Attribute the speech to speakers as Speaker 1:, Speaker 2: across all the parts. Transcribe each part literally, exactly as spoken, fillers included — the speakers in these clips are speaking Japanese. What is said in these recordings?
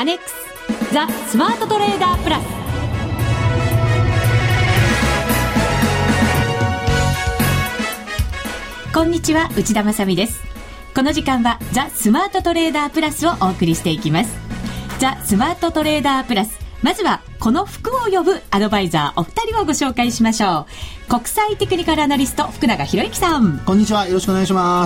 Speaker 1: アネックスザ・スマートトレーダープラス。こんにちは、内田まさみです。この時間はザ・スマートトレーダープラスをお送りしていきます。ザ・スマートトレーダープラス、まずはこの服を呼ぶアドバイザーお二人をご紹介しましょう。国際テクニカルアナリスト福永博之さん、
Speaker 2: こんにちは、よろしくお願いします。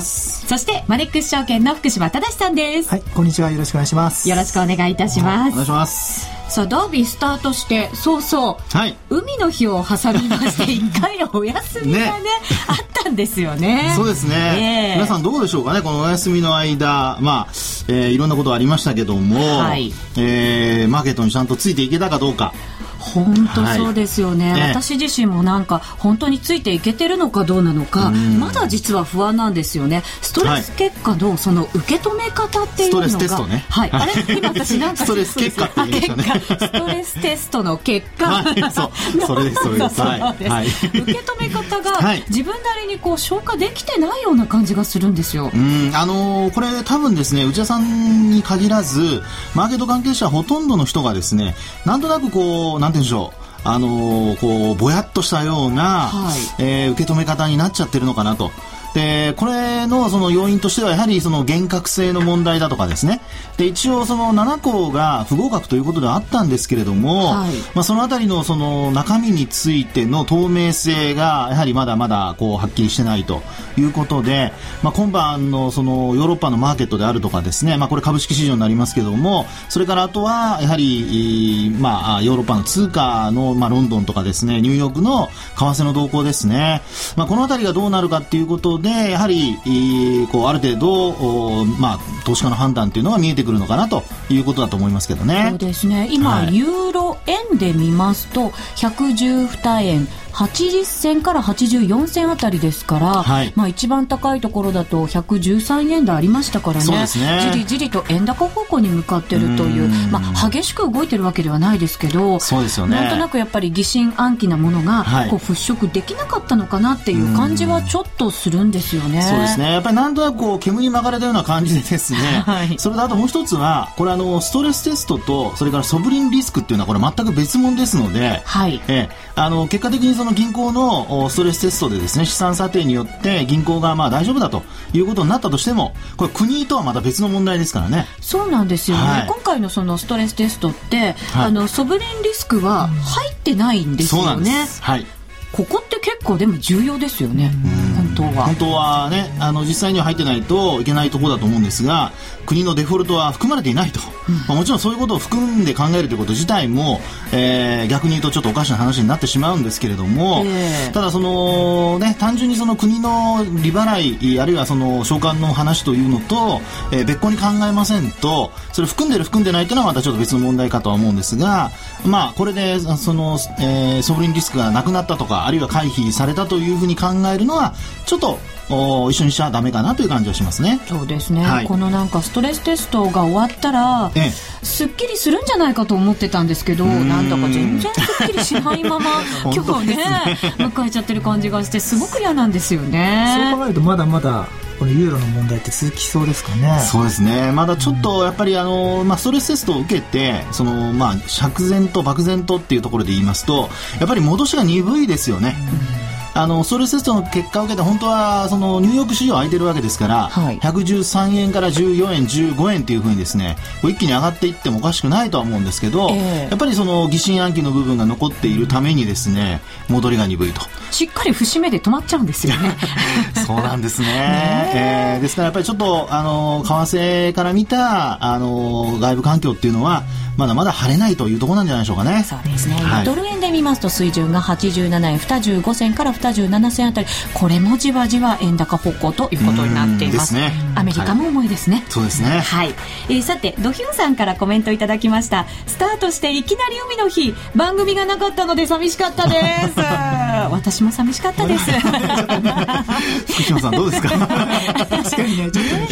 Speaker 1: そしてマネックス証券の福島正さんです。
Speaker 3: はい、こんにちは、よろしくお願いします。
Speaker 1: よろしくお願いいたします。
Speaker 2: お願いします。
Speaker 1: さあ、ダービースタートしてそうそう、はい、海の日を挟みましていっかいお休みが ね, ねあったんですよね。
Speaker 2: そうですね、えー、皆さんどうでしょうかね、このお休みの間、まあえー、いろんなことありましたけども、はい、えー、マーケットにちゃんとついていけたかどうか。
Speaker 1: 本当そうですよね、はい、私自身もなんか本当についていけてるのかどうなのか、まだ実は不安なんですよね。ストレス結果のその受け止め方っていうのが、ストレステストね、はい、あれ今私なんか
Speaker 2: ストレス結果って言いましたね。
Speaker 1: ストレステストの結果、
Speaker 2: はい、そうそれですそれです、はいはい、
Speaker 1: 受け止め方が自分なりにこう消化できてないような感じがするんですよ。
Speaker 2: うん、あのー、これ多分ですね、内田さんに限らずマーケット関係者ほとんどの人がですね、なんとなくこうなんて言うんでしょう、あのー、こうぼやっとしたような、はい、えー、受け止め方になっちゃってるのかなと。でこれ の, その要因としてはやはりその厳格性の問題だとかですね。で一応そのななこが不合格ということではあったんですけれども、はい、まあ、そのあたりのその中身についての透明性がやはりまだまだこうはっきりしてないということで、まあ、今晩 の, そのヨーロッパのマーケットであるとかですね、まあ、これ株式市場になりますけれども、それからあとはやはり、まあ、ヨーロッパの通貨の、まあ、ロンドンとかですね、ニューヨークの為替の動向ですね、まあ、このあたりがどうなるかということで、でやはりこうある程度、まあ、投資家の判断というのが見えてくるのかなということだと思いますけどね。
Speaker 1: そうですね、今、はい、ユーロ円で見ますとひゃくじゅうにえんはちじゅっせんからはちじゅうよんせんあたりですから、はい、まあ、一番高いところだとひゃくじゅうさんえん台ありましたから ね,
Speaker 2: そうですね、
Speaker 1: じりじりと円高方向に向かっているという、まあ、激しく動いてるわけではないですけど、
Speaker 2: そうですよね、
Speaker 1: なんとなくやっぱり疑心暗鬼なものが、はい、こう払拭できなかったのかなっていう感じはちょっとするんですよね。
Speaker 2: そうですね、やっぱりなんとなくこう煙に巻かれたような感じでですね、はい、それとあともう一つはこれあのストレステストとそれからソブリンリスクっていうのはこれ全く別物ですので、はい、えあの結果的にその銀行のストレステストでですね、資産査定によって銀行がまあ大丈夫だということになったとしても、これ国とはまた別の問題ですからね。
Speaker 1: そうなんですよね、はい、今回のそのストレステストって、はい、あのソブリンリスクは入ってないんですよね。そうなんです、はい、ここって結構でも重要ですよね。本当は
Speaker 2: 本当はね、あの実際には入ってないといけないところだと思うんですが、国のデフォルトは含まれていないと、うん、まあ、もちろんそういうことを含んで考えるということ自体も、えー、逆に言うとちょっとおかしな話になってしまうんですけれども、えー、ただその、ね、単純にその国の利払いあるいはその償還の話というのと、えー、別個に考えませんと、それ含んでる含んでないというのはまたちょっと別の問題かとは思うんですが、まあ、これでその、えー、ソブリンリスクがなくなったとかあるいは回避されたというふうに考えるのはちょっと一緒にしちゃダメかなという感じはしますね。
Speaker 1: そうですね、はい、このなんかストレステストが終わったら、ええ、すっきりするんじゃないかと思ってたんですけど、なんだか全然すっきりしないまま今日ね迎えちゃってる感じがしてすごく嫌なんですよね。
Speaker 3: そう考えるとまだまだこのユーロの問題って続きそうですかね。
Speaker 2: そうですね、まだちょっとやっぱりあの、まあ、ストレステストを受けてその、まあ、釈然と漠然とっていうところで言いますと、やっぱり戻しが鈍いですよね。うん、あのストレステストの結果を受けて本当はそのニューヨーク市場空いてるわけですから、はい、ひゃくじゅうさんえんからじゅうよんえんじゅうごえんというふうにですね、一気に上がっていってもおかしくないとは思うんですけど、えー、やっぱりその疑心暗鬼の部分が残っているためにですね、戻りが鈍いと、
Speaker 1: しっかり節目で止まっちゃうんですよね
Speaker 2: そうなんですねね、えー、ですからやっぱりちょっとあの為替から見たあの外部環境っていうのはまだまだ晴れないというところなんじゃないでしょうかね。
Speaker 1: そうですね、はい、ドル円で見ますと水準がはちじゅうななえんにじゅうごせんからにじゅうななせんあたり、これもじわじわ円高方向ということになっています。ですね、アメリカも重いですね。はい、
Speaker 2: そうですね、
Speaker 1: はい、えー、さてドヒュンさんからコメントいただきました。スタートしていきなり海の日、番組がなかったので寂しかったです私も寂しかったです
Speaker 2: 福島さんどうですか
Speaker 3: 確かにね、ちょっと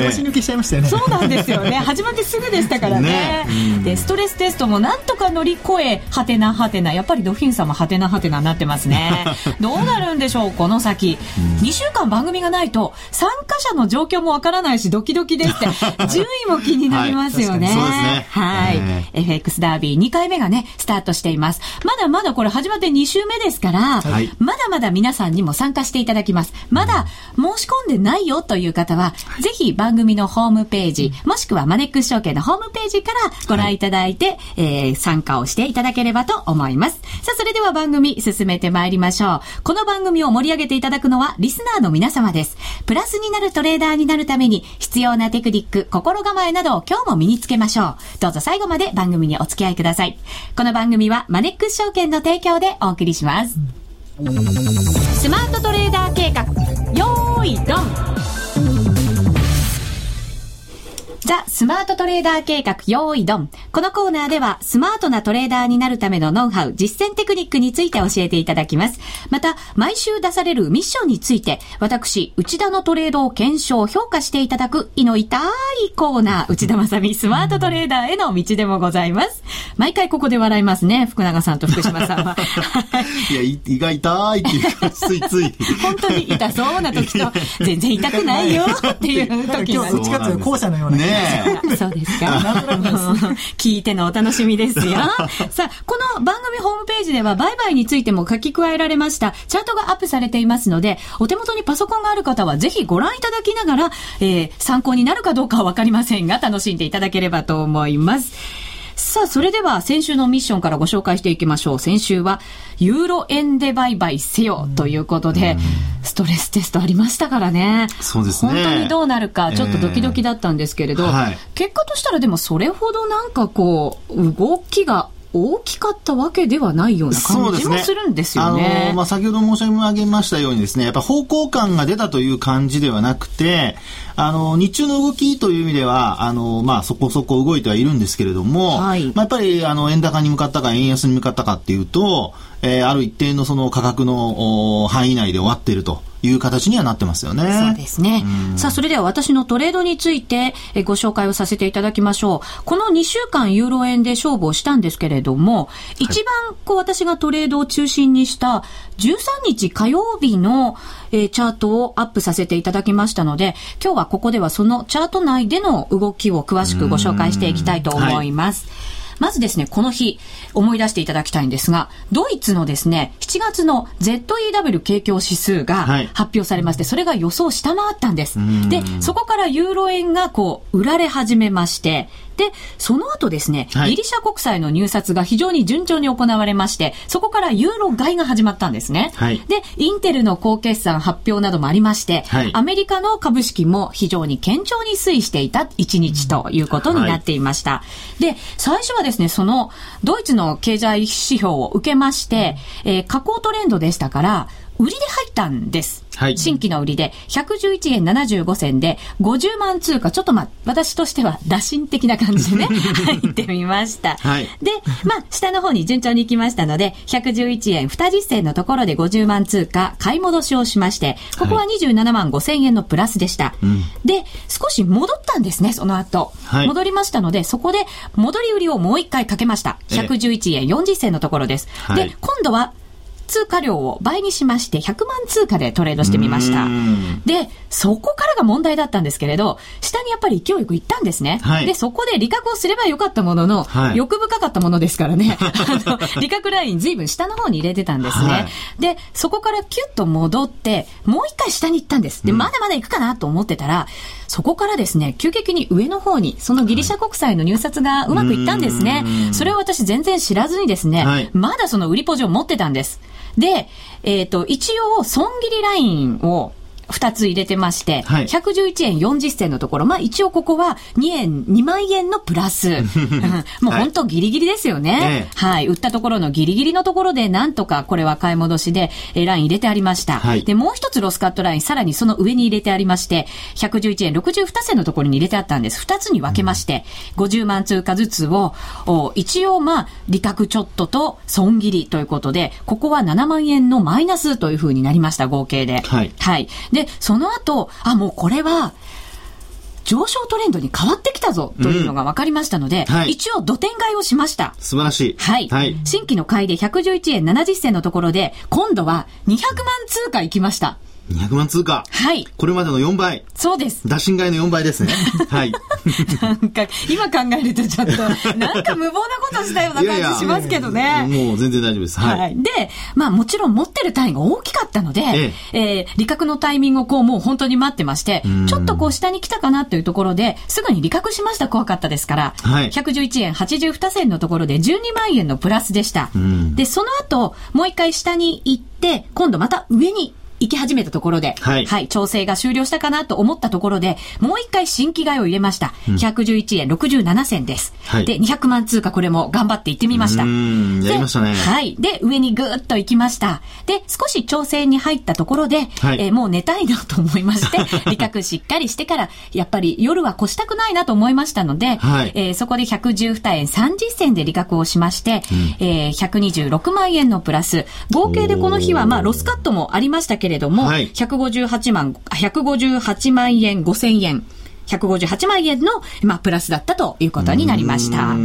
Speaker 3: 拍子抜けしちゃいましたよね。
Speaker 1: そうなんですよね。始まってすぐでしたからね。ねでストレステストもなんとか乗り越えはてなはてな、やっぱりドフィンさんもはてなはてなになってますね。どうなるんでしょうこの先、うん、にしゅうかん番組がないと参加者の状況もわからないしドキドキですって順位も気になりますよね。
Speaker 2: はい、そうですね。
Speaker 1: はい、えー、エフエックス ダービーにかいめがねスタートしています。まだまだこれ始まってに週目ですから、はい、まだまだ皆さんにも参加していただきます。まだ申し込んでないよという方は、はい、ぜひ番組のホームページもしくはマネックス証券のホームページからご覧いただいて、はい、えー、参加をしていただければと思います。さあそれでは番組進めてまいりましょう。この番組を盛り上げていただくのはリスナーの皆様です。プラスになるトレーダーになるために必要なテクニック、心構えなどを今日も身につけましょう。どうぞ最後まで番組にお付き合いください。この番組はマネックス証券の提供でお送りします。スマートトレーダー計画、よーいドン。ザ・スマートトレーダー計画、用意ドン。このコーナーではスマートなトレーダーになるためのノウハウ、実践テクニックについて教えていただきます。また毎週出されるミッションについて私内田のトレードを検証評価していただく胃の痛いコーナー、内田まさみスマートトレーダーへの道でもございます。毎回ここで笑いますね、福永さんと福島さんは。
Speaker 2: いや、胃が痛いっていうかついつい
Speaker 1: 本当に痛そうな時と全然痛くないよっていう時
Speaker 3: 今日はどっちかというと後者のようなね。
Speaker 1: そうですか。聞いてのお楽しみですよ。さあ、この番組ホームページでは売買についても書き加えられましたチャートがアップされていますので、お手元にパソコンがある方はぜひご覧いただきながら、えー、参考になるかどうかはわかりませんが楽しんでいただければと思います。さあそれでは先週のミッションからご紹介していきましょう。先週はユーロ円で売買せよということで、ストレステストありましたからね。
Speaker 2: そうですね。
Speaker 1: 本当にどうなるかちょっとドキドキだったんですけれど、えーはい、結果としたらでもそれほどなんかこう動きが大きかったわけではないような感じもするんですよね。
Speaker 2: あの、まあ、先ほど申し上げましたようにですね、やっぱ方向感が出たという感じではなくて、あの日中の動きという意味ではあの、まあ、そこそこ動いてはいるんですけれども、はい、まあ、やっぱりあの円高に向かったか円安に向かったかっていうと、えー、ある一定のその価格の範囲内で終わっているという形にはなってますよね。
Speaker 1: そうですね。さあそれでは私のトレードについてえご紹介をさせていただきましょう。このにしゅうかんユーロ円で勝負をしたんですけれども、一番こう私がトレードを中心にしたじゅうさんにち火曜日のえチャートをアップさせていただきましたので、今日はここではそのチャート内での動きを詳しくご紹介していきたいと思います。まずですね、この日思い出していただきたいんですが、ドイツのですねしちがつの ゼットイーダブリュー 景況指数が発表されまして、はい、それが予想を下回ったんです。でそこからユーロ円がこう売られ始めまして、でその後ですね、はい、ギリシャ国債の入札が非常に順調に行われまして、そこからユーロ買いが始まったんですね。はい、でインテルの高決算発表などもありまして、はい、アメリカの株式も非常に堅調に推移していた一日ということになっていました。はい、で最初はですね、そのドイツの経済指標を受けまして、えー、下降トレンドでしたから売りで入ったんです。はい、新規の売りでひゃくじゅういちえんななじゅうごせんでごじゅうまん通貨、ちょっとまあ私としては打診的な感じでね入ってみました。はい、でまあ下の方に順調に行きましたのでひゃくじゅういちえんにじゅっ銭のところでごじゅうまん通貨買い戻しをしまして、ここはにじゅうななまんごせんえんのプラスでした。はい、で少し戻ったんですね。その後、はい、戻りましたので、そこで戻り売りをもう一回かけました。ひゃくじゅういちえんよんじゅっ銭のところです。はい、で今度は通貨量を倍にしましてひゃくまん通貨でトレードしてみました。でそこからが問題だったんですけれど、下にやっぱり勢いよくいったんですね。はい、でそこで利確をすればよかったものの、はい、欲深かったものですからねあの利確ラインずいぶん下の方に入れてたんですね。はい、でそこからキュッと戻ってもう一回下に行ったんです。でまだまだ行くかなと思ってたら、そこからですね急激に上の方にそのギリシャ国債の入札がうまくいったんですね。それを私全然知らずにですね、はい、まだその売りポジを持ってたんです。で、えっと、一応、損切りラインをふたつ入れてまして、はい、ひゃくじゅういちえんよんじゅっ銭のところ、まあ一応ここはにえん、にまんえんのプラス。もう本当ギリギリですよね。はい、はい。売ったところのギリギリのところで、なんとかこれは買い戻しで、えライン入れてありました。はい、で、もう一つロスカットライン、さらにその上に入れてありまして、ひゃくじゅういちえんろくじゅうに銭のところに入れてあったんです。ふたつに分けまして、うん、ごじゅうまん通貨ずつを、一応まあ、利確ちょっとと損切りということで、ここはななまんえんのマイナスという風になりました、合計で。はい。はい。で、その後、あ、もうこれは、 上昇トレンドに変わってきたぞというのが分かりましたので、うんはい、一応土点買いをしました。
Speaker 2: 素晴らしい。
Speaker 1: はい。はい、新規の買いでひゃくじゅういちえんななじゅっせんのところで、今度はにひゃくまん通貨いきました。
Speaker 2: にひゃくまん通貨。
Speaker 1: はい。
Speaker 2: これまでのよんばい。
Speaker 1: そうです。
Speaker 2: 打診買いのよんばいですね。はい。
Speaker 1: なんか、今考えるとちょっと、なんか無謀なことしたような感じしますけどね。いやいや
Speaker 2: もう全然大丈夫です。はい。はい、
Speaker 1: で、まあもちろん持ってる単位が大きかったので、えええー、利確のタイミングをこうもう本当に待ってまして、ちょっとこう下に来たかなというところで、すぐに利確しました。怖かったですから。はい。ひゃくじゅういちえんはちじゅうにせんのところでじゅうにまんえんのプラスでした。で、その後、もう一回下に行って、今度また上に、行き始めたところで、はい、はい、調整が終了したかなと思ったところで、もう一回新規買いを入れました。うん、ひゃくじゅういちえんろくじゅうななせんです。はい、で、にひゃくまん通貨これも頑張って行ってみました。
Speaker 2: うーん、やりましたね。
Speaker 1: はい。で、上にぐーっと行きました。で、少し調整に入ったところで、はい、えー、もう寝たいなと思いまして、利確しっかりしてから、やっぱり夜は越したくないなと思いましたので、はい、えー、そこでひゃくじゅうにえんさんじゅっせんで利確をしまして、うん、えー、ひゃくにじゅうろくまんえんのプラス、合計でこの日はまあロスカットもありましたけれども、はい、ひゃくごじゅうはちまん、ひゃくごじゅうはちまんえんごせんえん、ひゃくごじゅうはちまんえんの、まあ、プラスだったということになりました。はい、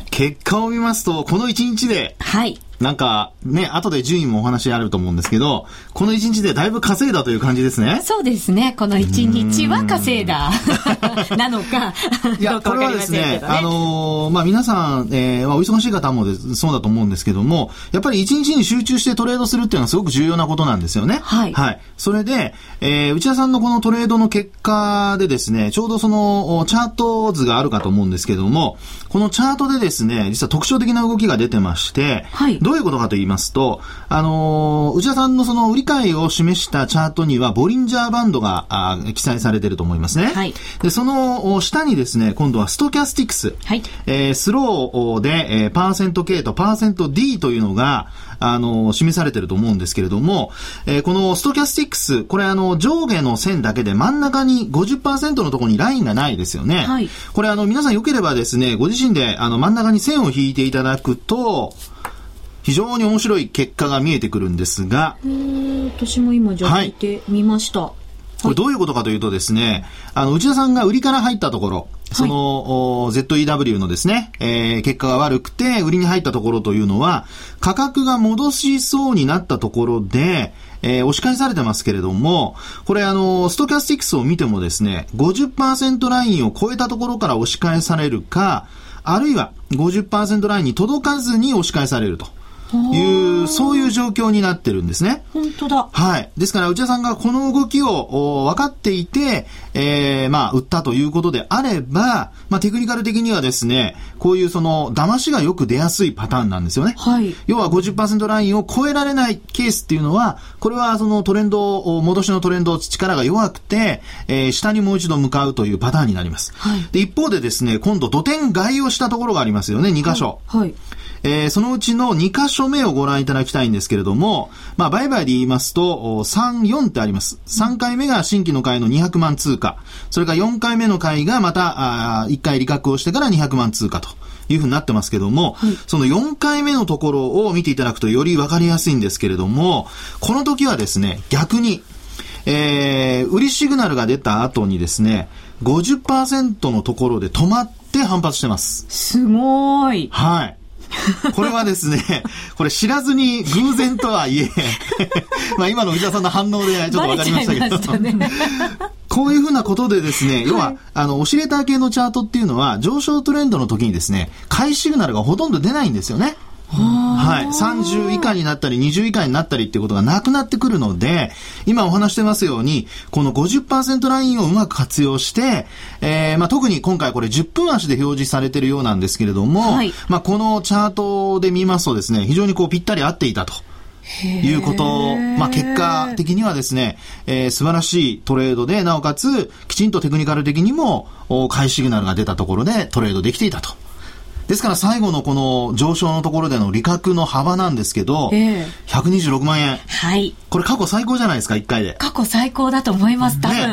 Speaker 2: 結果を見ますと、このいちにちで、はい。なんか、ね、後で順位もお話あると思うんですけど、このいちにちでだいぶ稼いだという感じですね。
Speaker 1: そうですね。このいちにちは稼いだなのか、
Speaker 2: いや、これはですね、あのー、まあ、皆さん、えー、お忙しい方もそうだと思うんですけども、やっぱりいちにちに集中してトレードするっていうのはすごく重要なことなんですよね。はい。はい。それで、えー、内田さんのこのトレードの結果でですね、ちょうどその、チャート図があるかと思うんですけども、このチャートでですね、実は特徴的な動きが出てまして、はい。どういうことかと言いますと、あのー、内田さんのその売り買いを示したチャートにはボリンジャーバンドがあ記載されていると思いますね。はい。で、その下にですね、今度はストキャスティクス。はい。えー、スローで、えー、パーセント K とパーセント D というのが、あのー、示されていると思うんですけれども、えー、このストキャスティクス、これあの、上下の線だけで真ん中に ごじゅっパーセント のところにラインがないですよね。はい。これあの、皆さんよければですね、ご自身であの、真ん中に線を引いていただくと、非常に面白い結果が見えてくるんですが、
Speaker 1: えー、私も今じゃあ引いてみました。はい、
Speaker 2: これどういうことかというとですね、あの内田さんが売りから入ったところ、その、はい、ゼットイーダブリュー のですね、えー、結果が悪くて売りに入ったところというのは価格が戻しそうになったところで、えー、押し返されてますけれども、これあのストキャスティクスを見てもですね ごじゅっパーセント ラインを超えたところから押し返されるか、あるいは ごじゅっパーセント ラインに届かずに押し返されるという、そういう状況になってるんですね。
Speaker 1: 本当だ。
Speaker 2: はい。ですから内田さんがこの動きを分かっていて、えー、まあ売ったということであれば、まあテクニカル的にはですね、こういうその騙しがよく出やすいパターンなんですよね。はい。要は ごじゅっパーセント ラインを超えられないケースっていうのは、これはそのトレンド、戻しのトレンド力が弱くて、えー、下にもう一度向かうというパターンになります。はい。で一方でですね、今度土点買いをしたところがありますよね、に箇所。はい。はい。えー、そのうちのに箇所目をご覧いただきたいんですけれども、まあ、売買で言いますと、さん、よんってあります。さんかいめが新規の買いのにひゃくまん通貨。それからよんかいめの買いがまた、あいっかい利確をしてからにひゃくまん通貨というふうになってますけども、はい、そのよんかいめのところを見ていただくとよりわかりやすいんですけれども、この時はですね、逆に、えー、売りシグナルが出た後にですね、ごじゅっパーセント のところで止まって反発してます。
Speaker 1: すごーい。
Speaker 2: はい。これはですね、これ知らずに偶然とはいえ、まあ今の内田さんの反応でちょっとわかりましたけど、ね、こういうふうなことでですね、要は、はい、あの、オシレーター系のチャートっていうのは上昇トレンドの時にですね、買いシグナルがほとんど出ないんですよね。はい。さんじゅう以下になったりにじゅう以下になったりっていうことがなくなってくるので、今お話してますように、この ごじゅっパーセント ラインをうまく活用して、えー、まあ特に今回これじゅっぷん足で表示されているようなんですけれども、はい、まあこのチャートで見ますとですね、非常にこうぴったり合っていたと。いうこと、まあ結果的にはですね、えー、素晴らしいトレードで、なおかつきちんとテクニカル的にも買いシグナルが出たところでトレードできていたと。ですから最後のこの上昇のところでの利確の幅なんですけど、えー、ひゃくにじゅうろくまんえん。はい。これ過去最高じゃないですか、いっかいで。
Speaker 1: 過去最高だと思います、多分。ね、
Speaker 2: う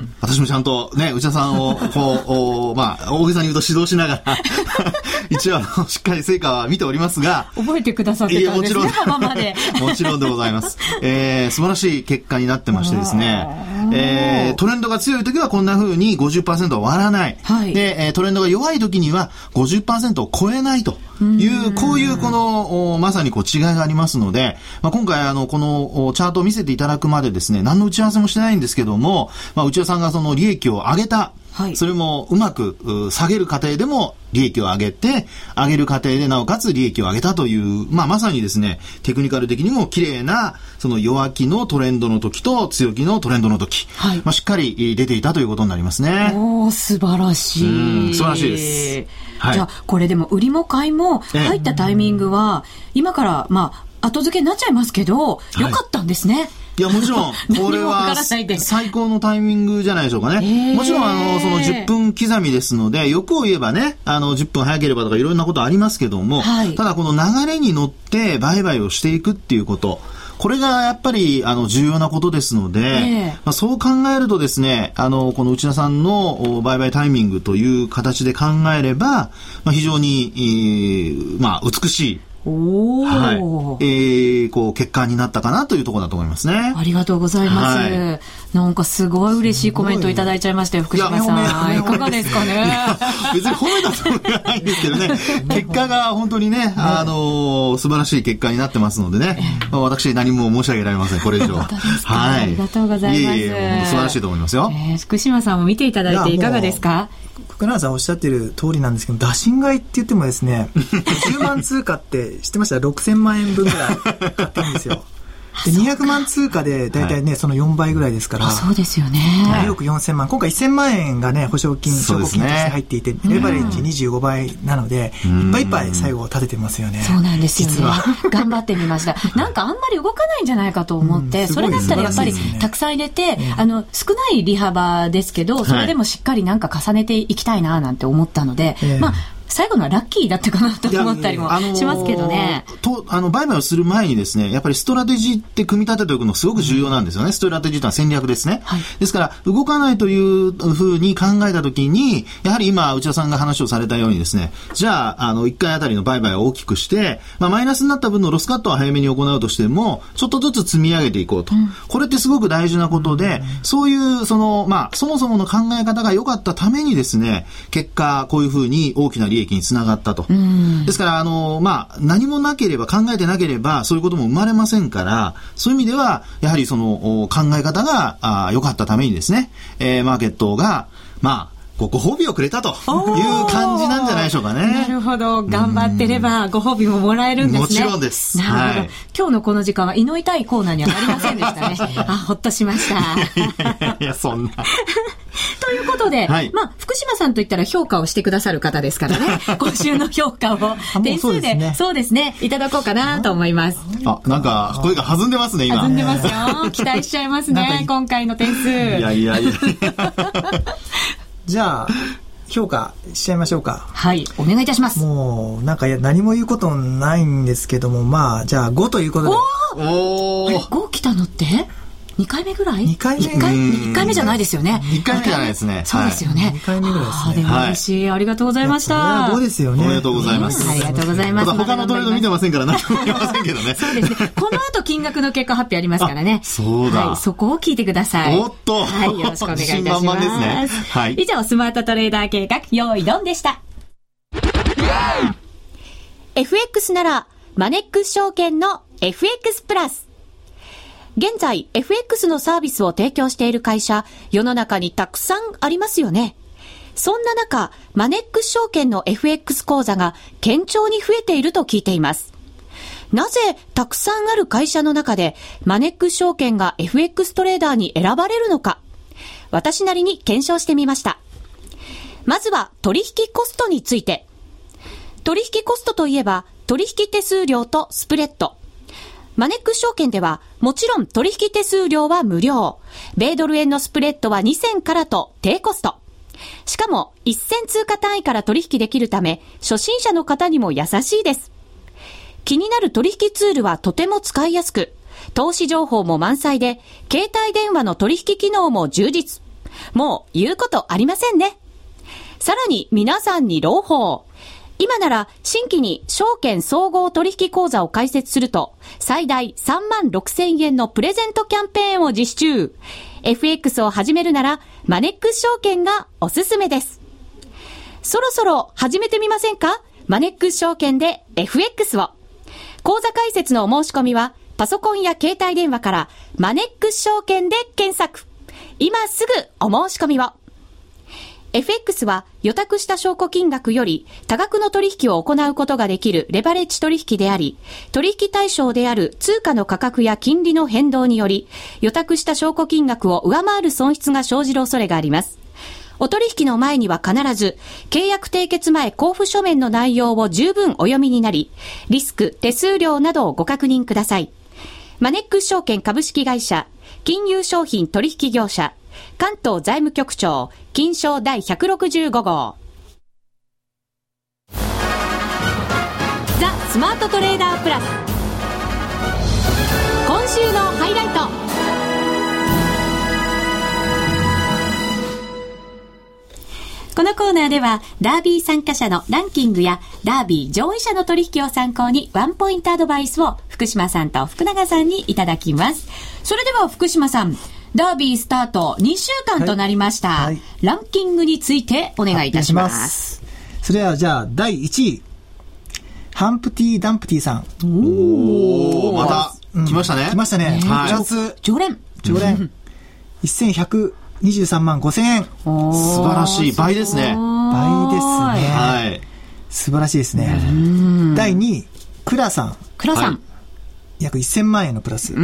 Speaker 2: 私もちゃんとね、内田さんを、こう、まあ、大げさに言うと指導しながら、一応、しっかり成果は見ておりますが。
Speaker 1: 覚えてくださってたんですね、浜まで。
Speaker 2: もちろんでございます。えー、素晴らしい結果になってましてですね、えー、トレンドが強い時はこんな風に ごじゅっパーセント を割らない。はい、で、トレンドが弱い時には ごじゅっパーセント を超えないという、うこういうこの、まさにこう違いがありますので、まあ、今回あの、このチャートを見せていただくまでですね、何の打ち合わせもしてないんですけども、まあ、内田さんがその利益を上げた、はい、それもうまく下げる過程でも利益を上げて、上げる過程でなおかつ利益を上げたという、まあまさにですね、テクニカル的にも綺麗な、その弱気のトレンドの時と強気のトレンドの時、はい、まあしっかり出ていたということになりますね。
Speaker 1: おー、素晴らしい。
Speaker 2: 素晴らしいです。はい、
Speaker 1: じゃあ、これでも売りも買いも入ったタイミングは、今からまあ後付けになっちゃいますけど、良かったんですね。はい、
Speaker 2: いや、もちろん、これは最高のタイミングじゃないでしょうかね。もちろん、あの、そのじゅっぷん刻みですので、欲を言えばね、あの、じゅっぷん早ければとかいろんなことありますけども、はい、ただこの流れに乗って売買をしていくっていうこと、これがやっぱり、あの、重要なことですので、えーまあ、そう考えるとですね、あの、この内田さんの売買タイミングという形で考えれば、まあ、非常に、えー、まあ、美しい、
Speaker 1: おー、はい、
Speaker 2: えー、こう結果になったかなというところだと思いますね。
Speaker 1: ありがとうございます。はい、なんかすごい嬉しいコメントいただいちゃいましたよ、福島さん。い, いかがですかね。
Speaker 2: 別に褒めたつもりはないんですけどね。結果が本当にね、あのー、素晴らしい結果になってますのでね。まあ、私何も申し上げられません、これ以上。はい。
Speaker 1: ありがとうございます。いえいえ、
Speaker 2: 素晴らしいと思いますよ。
Speaker 1: えー、福島さんも見ていただいていかがですか。
Speaker 3: 福永さんおっしゃってる通りなんですけど、打診買いって言ってもですね、じゅうまん通貨って知ってました？ろくせんまんえんぶんぐらい買ってるんですよ。でにひゃくまん通貨でだいたいね、はい、そのよんばいぐらいですから。
Speaker 1: あ、そうですよね。
Speaker 3: におくよんせんまん。今回せんまんえんがね、保証金、証拠金として入っていて、レバレッジにじゅうごばいなので、いっぱいいっぱい最後立ててますよね。
Speaker 1: そうなんですよね。実は。頑張ってみました。なんかあんまり動かないんじゃないかと思って、うん、それだったらやっぱりたくさん入れて、ね、あの、少ない利幅ですけど、それでもしっかりなんか重ねていきたいななんて思ったので、はい、まあ、最後のはラッキーだったかなと思ったりもしますけどね。
Speaker 2: あのー、と、あの、売買をする前にですね、やっぱりストラテジーって組み立てておくのすごく重要なんですよね。うん、ストラテジーというのは戦略ですね。はい、ですから、動かないというふうに考えたときに、やはり今、内田さんが話をされたようにですね、じゃあ、あの、いっかいあたりの売買を大きくして、まあ、マイナスになった分のロスカットは早めに行うとしても、ちょっとずつ積み上げていこうと。うん、これってすごく大事なことで、うん、そういう、その、まあ、そもそもの考え方が良かったためにですね、結果、こういうふうに大きな利益につながったと。ですから、あの、まあ、何もなければ、考えてなければ、そういうことも生まれませんから、そういう意味では、やはりその、考え方が良かったためにですね、えー、マーケットが、まあ、ご褒美をくれたという感じなんじゃないでしょうかね。
Speaker 1: なるほど。頑張ってればご褒美ももらえるんですね。
Speaker 2: もちろんです。
Speaker 1: なるほど。はい、今日のこの時間は胃の痛いコーナーにはなりませんでしたね。あ、ほっとしました。
Speaker 2: いやいや、そんな。
Speaker 1: ということで、はい、まあ、福島さんといったら評価をしてくださる方ですからね。今週の評価を点数で、そうですね、そうですね、いただこうかなと思います。
Speaker 2: あ、なんか、声が弾んでますね、今。
Speaker 1: 弾んでますよ。期待しちゃいますね、今回の点数。い
Speaker 2: やいやいや。
Speaker 3: じゃあ、評価しちゃいましょうか。
Speaker 1: はい、お願いいたします。
Speaker 3: もう、なんか何も言うことないんですけども、まあ、じゃあごということで。
Speaker 1: おー、ご来たのってにかいめぐらい ?に 回目 ?いっ 回、いっかいめじゃないですよね。
Speaker 2: いっかいめじゃないですね。
Speaker 1: そうですよね。
Speaker 3: にかいめぐらいですね。
Speaker 1: でも嬉しい、はい。ありがとうございました。
Speaker 3: ごですよね。
Speaker 2: おめでとうございます。
Speaker 1: ありがとうございます。
Speaker 2: 他のトレード見てませんから何も言えませんけどね。
Speaker 1: そうですね。この後金額の結果発表ありますからね。
Speaker 2: そうだ。
Speaker 1: はい、そこを聞いてください。
Speaker 2: おっと。
Speaker 1: はい、よろしくお願いいたします。
Speaker 2: 満々ですね。はい。
Speaker 1: 以上、スマートトレーダー計画、用意ドンでした。エフエックス なら、マネックス証券の エフエックス プラス。現在 エフエックス のサービスを提供している会社、世の中にたくさんありますよね。そんな中、マネックス証券の エフエックス 口座が堅調に増えていると聞いています。なぜたくさんある会社の中でマネックス証券が エフエックス トレーダーに選ばれるのか、私なりに検証してみました。まずは取引コストについて。取引コストといえば取引手数料とスプレッド。マネックス証券ではもちろん取引手数料は無料。米ドル円のスプレッドはにせんからと低コスト。しかもいっせん通貨単位から取引できるため初心者の方にも優しいです。気になる取引ツールはとても使いやすく、投資情報も満載で、携帯電話の取引機能も充実。 もう言うことありませんね。さらに皆さんに朗報。今なら新規に証券総合取引口座を開設すると最大さんまんろくせんえんのプレゼントキャンペーンを実施中。エフエックス を始めるならマネックス証券がおすすめです。そろそろ始めてみませんか？マネックス証券で エフエックス を。口座開設のお申し込みはパソコンや携帯電話からマネックス証券で検索。今すぐお申し込みを。エフエックス は予託した証拠金額より多額の取引を行うことができるレバレッジ取引であり、取引対象である通貨の価格や金利の変動により、予託した証拠金額を上回る損失が生じる恐れがあります。お取引の前には必ず、契約締結前交付書面の内容を十分お読みになり、リスク、手数料などをご確認ください。マネックス証券株式会社、金融商品取引業者、関東財務局長金商第ひゃくろくじゅうご号。ザ・スマートトレーダープラス、今週のハイライト。このコーナーではダービー参加者のランキングやダービー上位者の取引を参考にワンポイントアドバイスを福島さんと福永さんにいただきます。それでは福島さん、ダービースタートにしゅうかんとなりました、はいはい、ランキングについてお願いいたします。
Speaker 3: それではじゃあだいいちい、ハンプティ・ダンプティさん。
Speaker 2: おー、また来ましたね、
Speaker 3: うん、来ましたね、プラス
Speaker 1: 常連
Speaker 3: 常連せんひゃくにじゅうさんまんごせんえん。
Speaker 2: 素晴らしい、倍ですね。
Speaker 3: 倍ですね、はい、素晴らしいですね。だいにい、クラさん。
Speaker 1: クラさん、はい、
Speaker 3: 約せんまんえんのプラス、
Speaker 2: うん、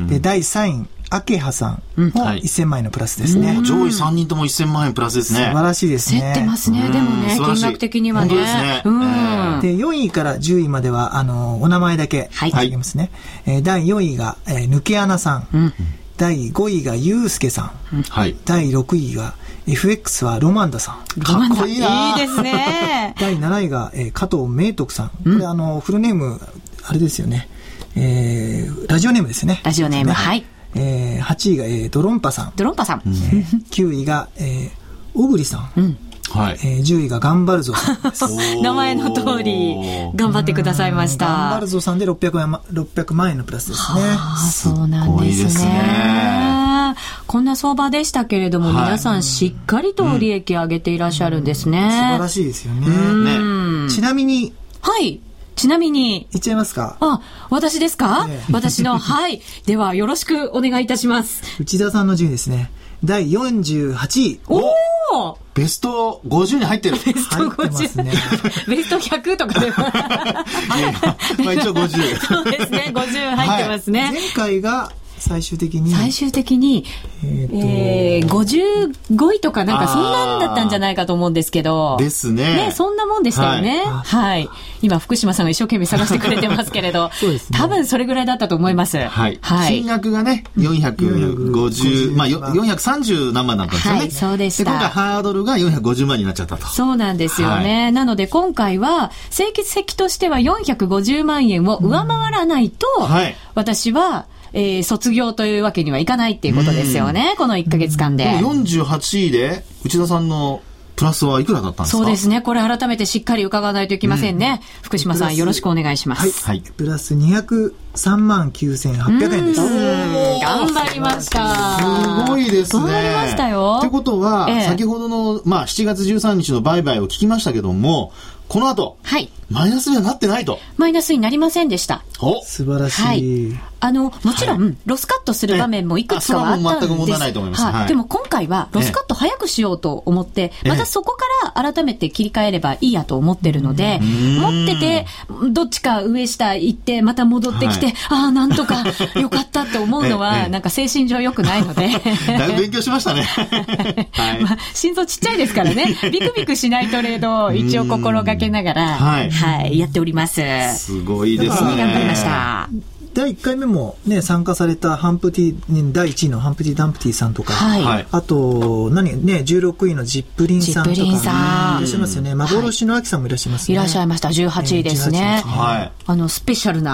Speaker 3: でだいさんい、アケハさんもせんまんえんのプラスですね、
Speaker 2: はい、上位さんにんともせんまんえんプラスですね。
Speaker 3: 素晴らしいですね。
Speaker 1: 競ってますね。でもね、金額的にはね。
Speaker 2: 本当ですね。
Speaker 1: うん、
Speaker 2: えー、
Speaker 3: でよんいからじゅういまではあのお名前だけあげますね、はい、えー、だいよんいが、えー、抜け穴さん、うん、だいごいがゆうすけさん、うん、はい、だいろくいが エフエックス はロマンダさん。
Speaker 1: かっこいいな。いいですね。
Speaker 3: だいなないが、えー、加藤明徳さん、うん、これあのフルネームあれですよね、えー、ラジオネームですね。
Speaker 1: ラジオネーム、はい。
Speaker 3: えー、はちいが、えー、ドロンパさん。
Speaker 1: ドロンパさん。
Speaker 3: えー、きゅういが、えー、小栗さん。うん、はい。えー、じゅういがガンバルゾさんです。
Speaker 1: 名前の通り頑張ってくださいました。
Speaker 3: ガンバルゾさんでろっぴゃくまんえんのプラスですね。
Speaker 1: はあ、そうなんですね。すごいですね。こんな相場でしたけれども、はい、皆さんしっかりと利益上げていらっしゃるんですね。うん、
Speaker 3: 素晴らしいですよね。ね、ちなみに、
Speaker 1: はい。ちなみに。
Speaker 3: いっちゃいますか？
Speaker 1: あ、私ですか？ね、私の、はい。では、よろしくお願いいたします。
Speaker 3: 内田さんの順位ですね。だいよんじゅうはちい。
Speaker 1: おー！
Speaker 2: ベストごじゅうに入ってる。
Speaker 1: ベストごじゅう。入ってますね。ベストひゃくとかでも。
Speaker 2: まあ一応ごじゅう。
Speaker 1: そうですね。ごじゅう入ってますね。はい、
Speaker 3: 前回が、最終的に
Speaker 1: 最終的に、えーえー、ごじゅうごいとかなんかそんなんだったんじゃないかと思うんですけど
Speaker 2: ですね。
Speaker 1: ね、そんなもんでしたよね。はい、はい、今福島さんが一生懸命探してくれてますけれどそうです、ね、多分それぐらいだったと思います。はい、はい、
Speaker 2: 金額がねよんひゃくごじゅう、まあ、よんひゃくさんじゅう何万だったんですよね。はい、そうでした。で今回ハードルがよんひゃくごじゅうまんになっちゃったと。
Speaker 1: そうなんですよね、はい、なので今回は成績としてはよんひゃくごじゅうまんえんを上回らないと、うん、はい、私はえー、卒業というわけにはいかないっていうことですよね、このいっかげつかんで。
Speaker 2: よんじゅうはちいで内田さんのプラスはいくらだったんですか？
Speaker 1: そうですね、これ改めてしっかり伺わないといけませんね、うん、福島さんよろしくお願いします。
Speaker 3: はい、プラスにひゃくさんまんきゅうせんはっぴゃくえんです。
Speaker 1: 頑張りました。
Speaker 2: すごいですね。
Speaker 1: 頑張りましたよ。
Speaker 2: ってことは、ええ、先ほどの、まあ、しちがつじゅうさんにちの売買を聞きましたけども、この後、はい、マイナスにはなってないと。
Speaker 1: マイナスになりませんでした。
Speaker 3: お、素晴らしい。はい、
Speaker 1: あのもちろん、はい、ロスカットする場面もいくつかはあったんです。
Speaker 2: それはもう全く問題ないと思います。はいはい、
Speaker 1: でも今回はロスカット早くしようと思って、またそこから改めて切り替えればいいやと思ってるので、持っててどっちか上下行ってまた戻ってきて、はい、ああなんとかよかったって思うのはなんか精神上良くないので
Speaker 2: だいぶ勉強しましたね。
Speaker 1: はい、まあ、心臓ちっちゃいですからね、ビクビクしないトレードを一応心がけながら、はいはい、やっております。
Speaker 2: すごいですね。
Speaker 1: 頑張りました。
Speaker 3: だいいっかいめも、ね、参加されたハンプティ、ね、だいいちいのハンプティ・ダンプティさんとか、はい、あと何、ね、じゅうろくいのジップリンさんとか、ね、いらっしゃいますよね。幻のアキさんもいらっしゃいますね。
Speaker 1: いらっしゃいました。じゅうはちいですね。はい、あのスペシャルな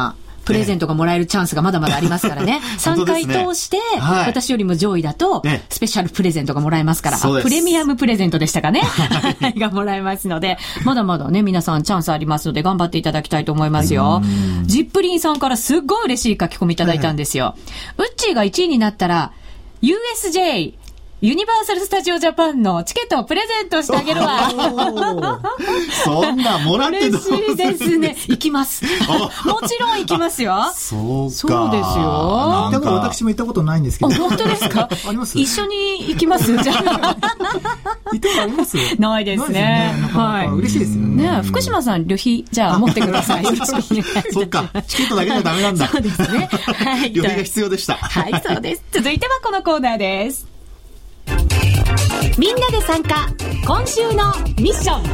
Speaker 1: プレゼントがもらえるチャンスがまだまだありますからね。さんかい通して、はい、私よりも上位だと、スペシャルプレゼントがもらえますから、プレミアムプレゼントでしたかね。がもらえますので、まだまだね、皆さんチャンスありますので、頑張っていただきたいと思いますよ。ジップリンさんからすっごい嬉しい書き込みいただいたんですよ。はいはい、ウッチーがいちいになったら、ユーエスジェー、ユニバーサルスタジオジャパンのチケットをプレゼントしてあげるわ。
Speaker 2: そんなもらってどうする？
Speaker 1: 嬉しいですね。行きます。もちろん行きますよ。
Speaker 2: そうか。
Speaker 1: そうですよ。
Speaker 3: だから私も行ったことないんですけど。
Speaker 1: 本当ですか？
Speaker 3: あります？
Speaker 1: 一緒に行きます？じゃあ。
Speaker 3: 行ったことあります？
Speaker 1: ないですね。
Speaker 3: はい。嬉しいですよね。
Speaker 1: ね、福島さん旅費じゃあ持ってください。
Speaker 2: そっか。チケットだけじゃダメなんだ。
Speaker 1: そうですね。はい。
Speaker 2: 旅費が必要でした。
Speaker 1: はい、そうです。続いてはこのコーナーです。みんなで参加、今週のミッション。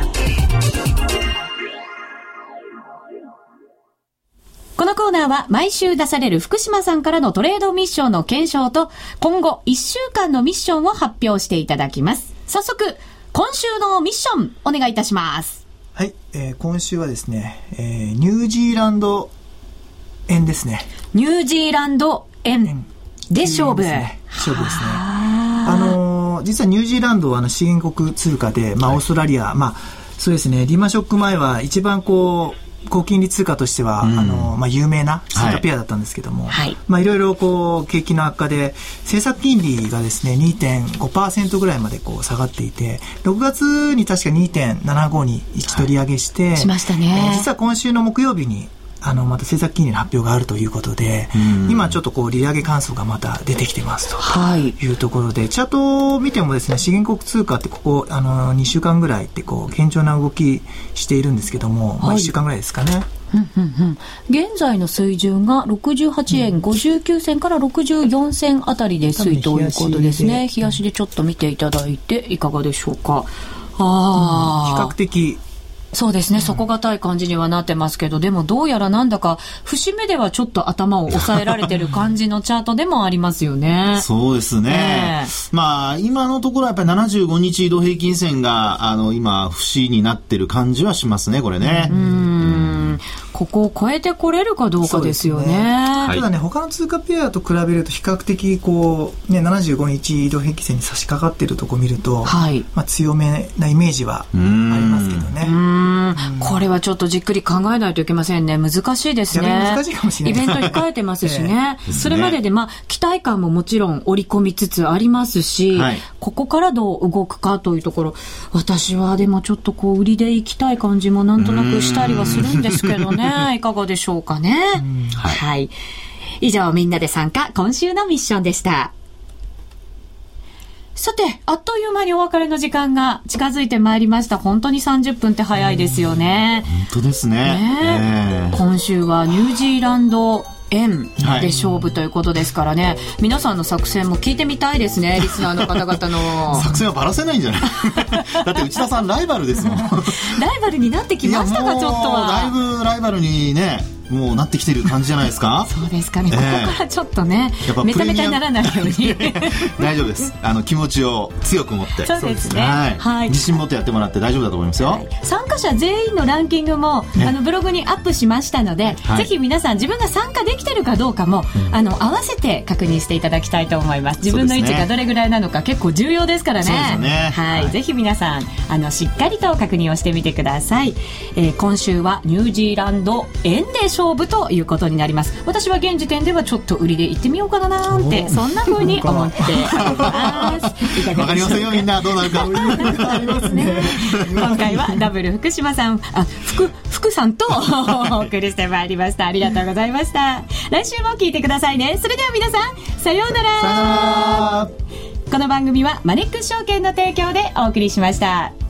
Speaker 1: このコーナーは毎週出される福島さんからのトレードミッションの検証と今後いっしゅうかんのミッションを発表していただきます。早速、今週のミッションお願いいたします。
Speaker 3: はい、えー、今週はですね、えー、ニュージーランド円ですね。
Speaker 1: ニュージーランド円で勝負。
Speaker 3: ね、勝負ですね。あのー実はニュージーランドはあの資源国通貨で、まあ、オーストラリア、はい、まあ、そうですね、リーマンショック前は一番こう高金利通貨としては、うん、あのまあ、有名な通貨ペアだったんですけども、はい、まあ、いろいろこう景気の悪化で政策金利がですね にてんごパーセント ぐらいまでこう下がっていて、ろくがつに確か にてんななご に一取り上げして、
Speaker 1: はい、しましたね。
Speaker 3: えー、実は今週の木曜日にあのまた政策金利の発表があるということで、今ちょっとこう利上げ観測がまた出てきてますというところで、はい、チャートを見てもですね、資源国通貨ってここあのにしゅうかんぐらいってこう堅調な動きしているんですけども、はい、まあ、いっしゅうかんぐらいですかね。
Speaker 1: うんうんうん、現在の水準がろくじゅうはちえんごじゅうきゅうせんからろくじゅうよんせんあたりで推移ということですね。冷やしでちょっと見ていただいていかがでしょうか。あ、
Speaker 3: うん、比較的
Speaker 1: そうですね、底堅い感じにはなってますけど、でもどうやらなんだか節目ではちょっと頭を押さえられてる感じのチャートでもありますよね。
Speaker 2: そうですね、えー、まあ今のところはやっぱりななじゅうごにち移動平均線があの今節になってる感じはしますね、これね。
Speaker 1: うーん、ここを超えてこれるかどうかですよね。ね、
Speaker 3: ただね、他の通貨ペアと比べると比較的こう、ね、ななじゅうごにち移動平均線に差し掛かっているところを見ると、はい、まあ、強めなイメージはありますけどね。
Speaker 1: うーん、これはちょっとじっくり考えないといけませんね。難しいですね。
Speaker 3: 難しいかもしれない。
Speaker 1: イベント控えてますしね。えー、それまでで、まあ、期待感ももちろん織り込みつつありますし、はい、ここからどう動くかというところ、私はでもちょっとこう売りで行きたい感じもなんとなくしたりはするんですけどね。いかがでしょうかね。はい、はい。以上、みんなで参加、今週のミッションでした。さて、あっという間にお別れの時間が近づいてまいりました。本当にさんじゅっぷんって早いですよね。
Speaker 2: 本当ですね。ね、
Speaker 1: えー、今週はニュージーランド円で勝負ということですからね、はい、皆さんの作戦も聞いてみたいですね、リスナーの方々の。
Speaker 2: 作戦はばらせないんじゃないだって内田さんライバルですもん。ライ
Speaker 1: バルになってきましたか、ちょっとは。
Speaker 2: だいぶライバルにね、もうなってきてる感じじゃないですか。
Speaker 1: そうですかね、えー、ここからちょっとね、めちゃめちゃにならないように
Speaker 2: 大丈夫です。あの気持ちを強く持って。
Speaker 1: そうですね、
Speaker 2: はいはい、自信持ってやってもらって大丈夫だと思いますよ。はい、
Speaker 1: 参加者全員のランキングも、ね、あのブログにアップしましたので、はい、ぜひ皆さん自分が参加できてるかどうかも、うん、あの合わせて確認していただきたいと思います。自分の位置がどれぐらいなのか結構重要ですからね。
Speaker 2: そうですね、
Speaker 1: はい、はい、ぜひ皆さんあのしっかりと確認をしてみてください。えー、今週はニュージーランド円で勝負ということになります。私は現時点ではちょっと売りで行ってみようかななんて、そんな風に思っております。わ
Speaker 2: かりませんよ、みんなどうなるか。
Speaker 1: ありますね。今回はダブル福島さん、あ、福福さんとお送りしてまいりました。ありがとうございました。来週も聞いてくださいね。それでは皆さん、さようなら。
Speaker 2: さようなら。
Speaker 1: この番組はマネックス証券の提供でお送りしました。